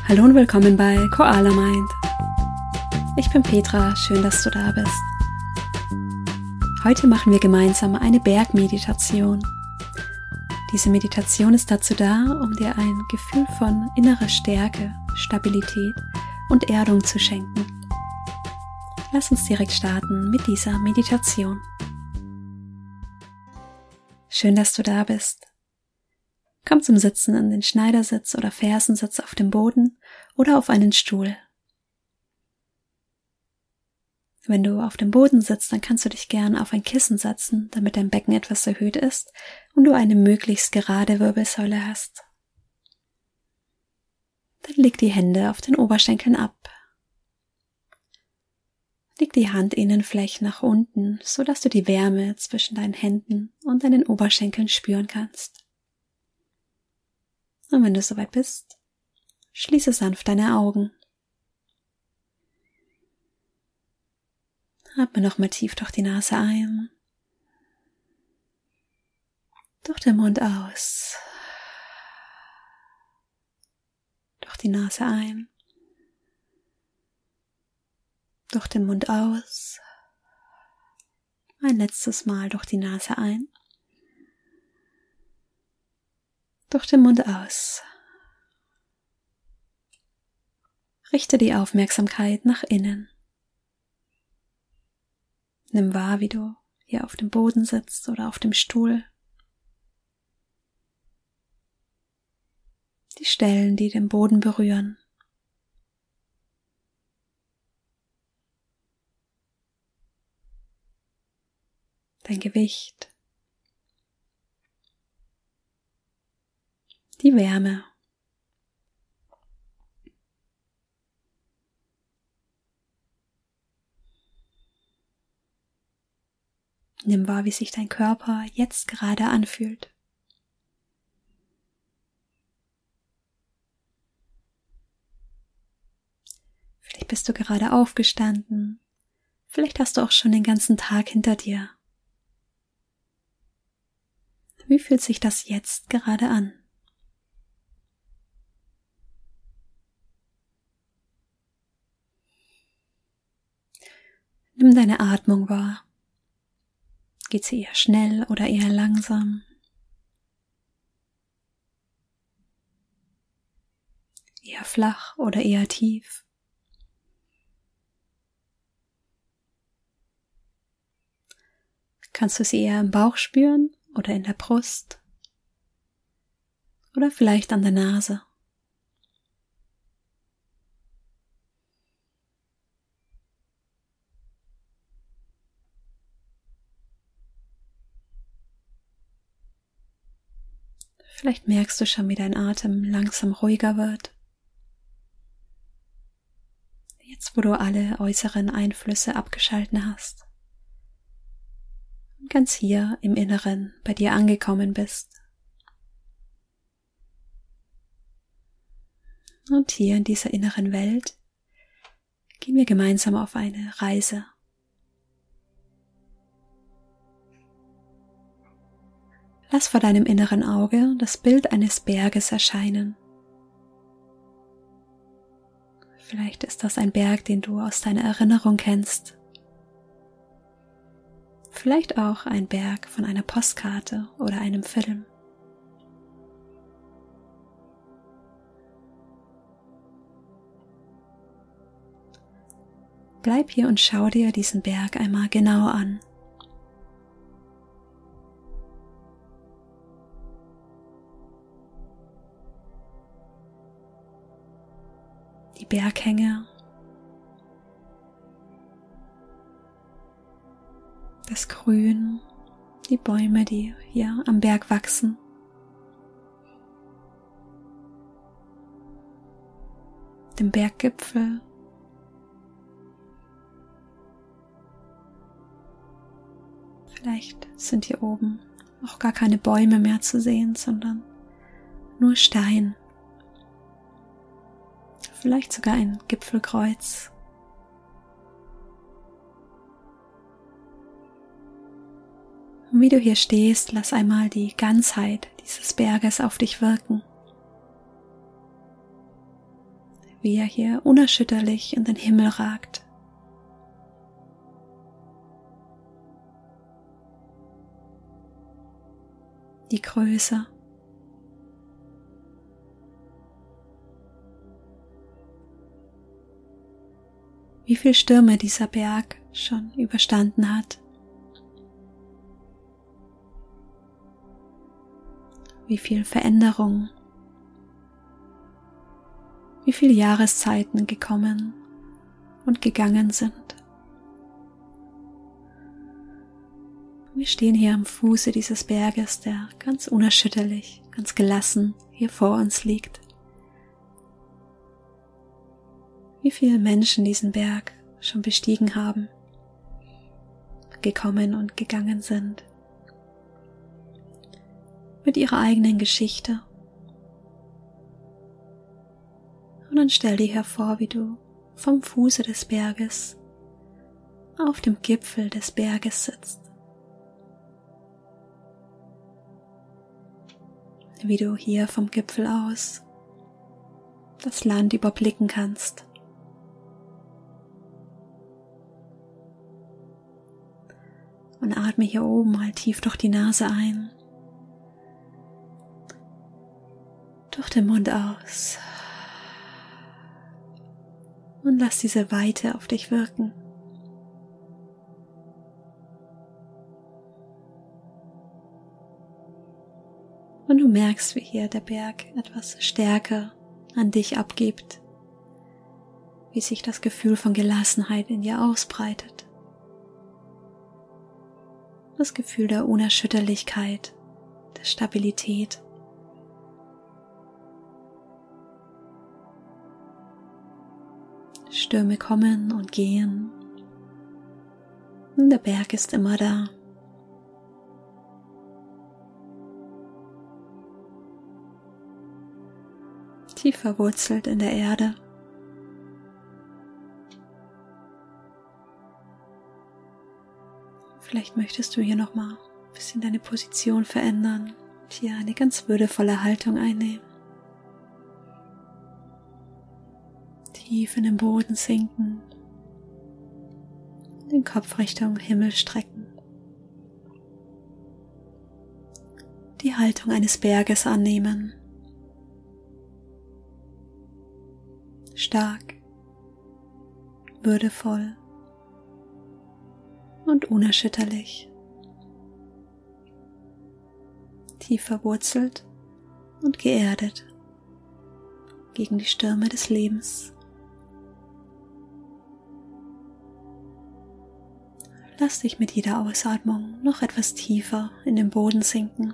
Hallo und willkommen bei Koala Mind. Ich bin Petra, schön, dass du da bist. Heute machen wir gemeinsam eine Bergmeditation. Diese Meditation ist dazu da, um dir ein Gefühl von innerer Stärke, Stabilität und Erdung zu schenken. Lass uns direkt starten mit dieser Meditation. Schön, dass du da bist. Komm zum Sitzen in den Schneidersitz oder Fersensitz auf dem Boden oder auf einen Stuhl. Wenn du auf dem Boden sitzt, dann kannst du dich gern auf ein Kissen setzen, damit dein Becken etwas erhöht ist und du eine möglichst gerade Wirbelsäule hast. Dann leg die Hände auf den Oberschenkeln ab. Leg die Handinnenflächen nach unten, sodass du die Wärme zwischen deinen Händen und deinen Oberschenkeln spüren kannst. Und wenn du soweit bist, schließe sanft deine Augen. Atme nochmal tief durch die Nase ein, durch den Mund aus, durch die Nase ein, durch den Mund aus, ein letztes Mal durch die Nase ein, durch den Mund aus. Richte die Aufmerksamkeit nach innen. Nimm wahr, wie du hier auf dem Boden sitzt oder auf dem Stuhl. Die Stellen, die den Boden berühren. Dein Gewicht. Die Wärme. Nimm wahr, wie sich dein Körper jetzt gerade anfühlt. Vielleicht bist du gerade aufgestanden. Vielleicht hast du auch schon den ganzen Tag hinter dir. Wie fühlt sich das jetzt gerade an? Nimm deine Atmung wahr. Geht sie eher schnell oder eher langsam? Eher flach oder eher tief? Kannst du sie eher im Bauch spüren oder in der Brust? Oder vielleicht an der Nase? Vielleicht merkst du schon, wie dein Atem langsam ruhiger wird. Jetzt, wo du alle äußeren Einflüsse abgeschalten hast. Und ganz hier im Inneren bei dir angekommen bist. Und hier in dieser inneren Welt gehen wir gemeinsam auf eine Reise. Lass vor deinem inneren Auge das Bild eines Berges erscheinen. Vielleicht ist das ein Berg, den du aus deiner Erinnerung kennst. Vielleicht auch ein Berg von einer Postkarte oder einem Film. Bleib hier und schau dir diesen Berg einmal genau an. Die Berghänge, das Grün, die Bäume, die hier am Berg wachsen. Den Berggipfel. Vielleicht sind hier oben auch gar keine Bäume mehr zu sehen, sondern nur Stein. Vielleicht sogar ein Gipfelkreuz. Und wie du hier stehst, lass einmal die Ganzheit dieses Berges auf dich wirken. wie er hier unerschütterlich in den Himmel ragt. Die Größe. Wie viele Stürme dieser Berg schon überstanden hat. Wie viel Veränderung. Wie viele Jahreszeiten gekommen und gegangen sind. Wir stehen hier am Fuße dieses Berges, der ganz unerschütterlich, ganz gelassen hier vor uns liegt. Wie viele Menschen diesen Berg schon bestiegen haben, gekommen und gegangen sind, mit ihrer eigenen Geschichte. Und dann stell dir hervor, wie du vom Fuße des Berges auf dem Gipfel des Berges sitzt. Wie du hier vom Gipfel aus das Land überblicken kannst. Und atme hier oben mal tief durch die Nase ein, durch den Mund aus und lass diese Weite auf dich wirken. Und du merkst, wie hier der Berg etwas Stärke an dich abgibt, wie sich das Gefühl von Gelassenheit in dir ausbreitet. Das Gefühl der Unerschütterlichkeit, der Stabilität. Stürme kommen und gehen. Und der Berg ist immer da. Tief verwurzelt in der Erde. Vielleicht möchtest du hier nochmal ein bisschen deine Position verändern und hier eine ganz würdevolle Haltung einnehmen. Tief in den Boden sinken, den Kopf Richtung Himmel strecken. Die Haltung eines Berges annehmen. Stark, würdevoll und unerschütterlich. Tief verwurzelt und geerdet gegen die Stürme des Lebens. Lass dich mit jeder Ausatmung noch etwas tiefer in den Boden sinken,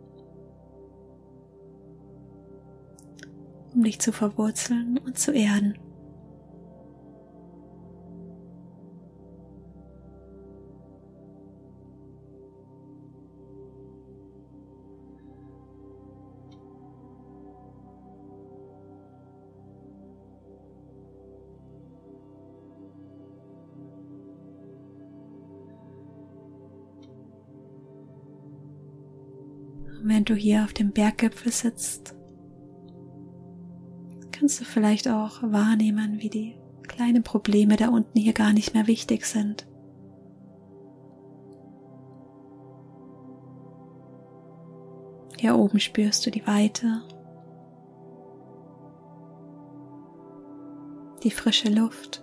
um dich zu verwurzeln und zu erden. Und wenn du hier auf dem Berggipfel sitzt, kannst du vielleicht auch wahrnehmen, wie die kleinen Probleme da unten hier gar nicht mehr wichtig sind. Hier oben spürst du die Weite, die frische Luft,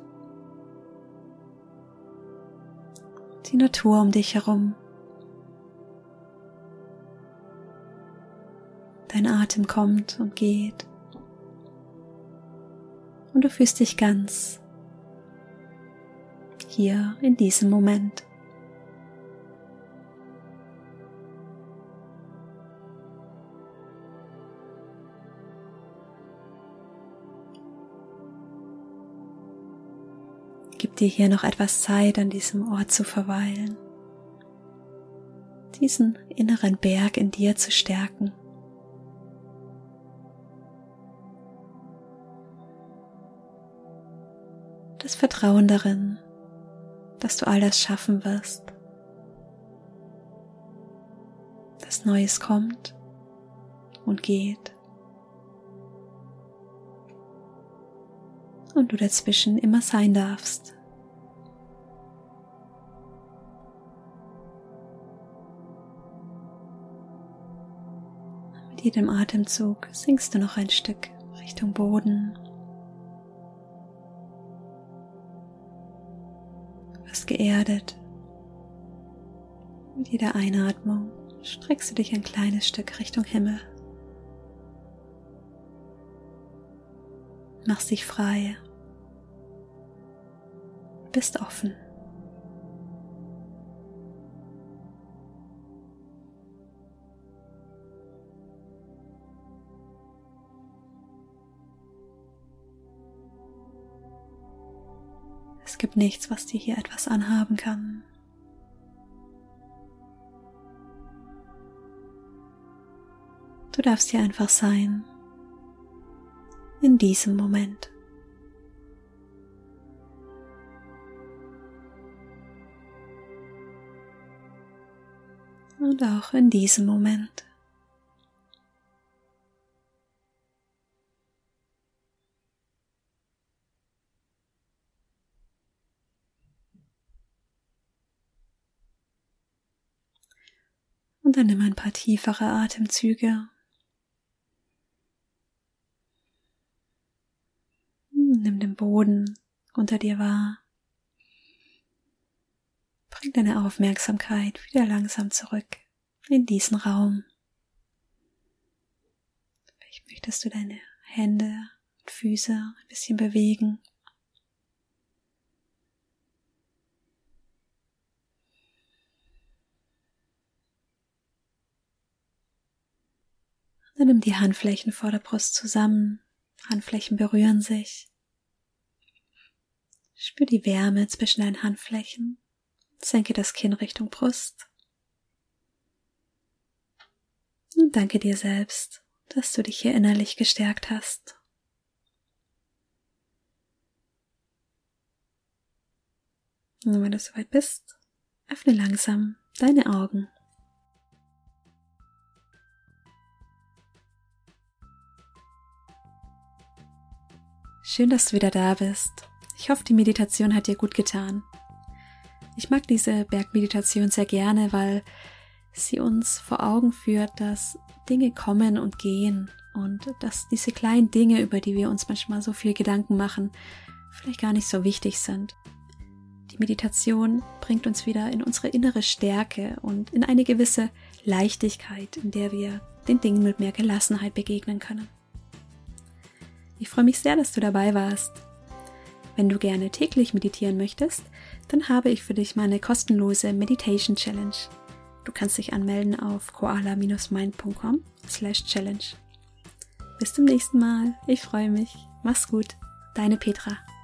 die Natur um dich herum. Dein Atem kommt und geht. Und du fühlst dich ganz hier in diesem Moment. Gib dir hier noch etwas Zeit, an diesem Ort zu verweilen, diesen inneren Berg in dir zu stärken. Das Vertrauen darin, dass du all das schaffen wirst, dass Neues kommt und geht. und du dazwischen immer sein darfst. Mit jedem Atemzug sinkst du noch ein Stück Richtung Boden. Du wirst geerdet. Mit jeder Einatmung streckst du dich ein kleines Stück Richtung Himmel. Machst dich frei. Bist offen. Es gibt nichts, was dir hier etwas anhaben kann. Du darfst hier einfach sein. In diesem Moment. Und auch in diesem Moment. Und dann nimm ein paar tiefere Atemzüge. Nimm den Boden unter dir wahr. Bring deine Aufmerksamkeit wieder langsam zurück in diesen Raum. Vielleicht möchtest du deine Hände und Füße ein bisschen bewegen. Dann nimm die Handflächen vor der Brust zusammen. Handflächen berühren sich. Spür die Wärme zwischen deinen Handflächen. Senke das Kinn Richtung Brust. Und danke dir selbst, dass du dich hier innerlich gestärkt hast. Und wenn du soweit bist, öffne langsam deine Augen. Schön, dass du wieder da bist. Ich hoffe, die Meditation hat dir gut getan. Ich mag diese Bergmeditation sehr gerne, weil sie uns vor Augen führt, dass Dinge kommen und gehen und dass diese kleinen Dinge, über die wir uns manchmal so viel Gedanken machen, vielleicht gar nicht so wichtig sind. Die Meditation bringt uns wieder in unsere innere Stärke und in eine gewisse Leichtigkeit, in der wir den Dingen mit mehr Gelassenheit begegnen können. Ich freue mich sehr, dass du dabei warst. Wenn du gerne täglich meditieren möchtest, dann habe ich für dich meine kostenlose Meditation Challenge. Du kannst dich anmelden auf koala-mind.com/challenge. Bis zum nächsten Mal. Ich freue mich. Mach's gut. Deine Petra.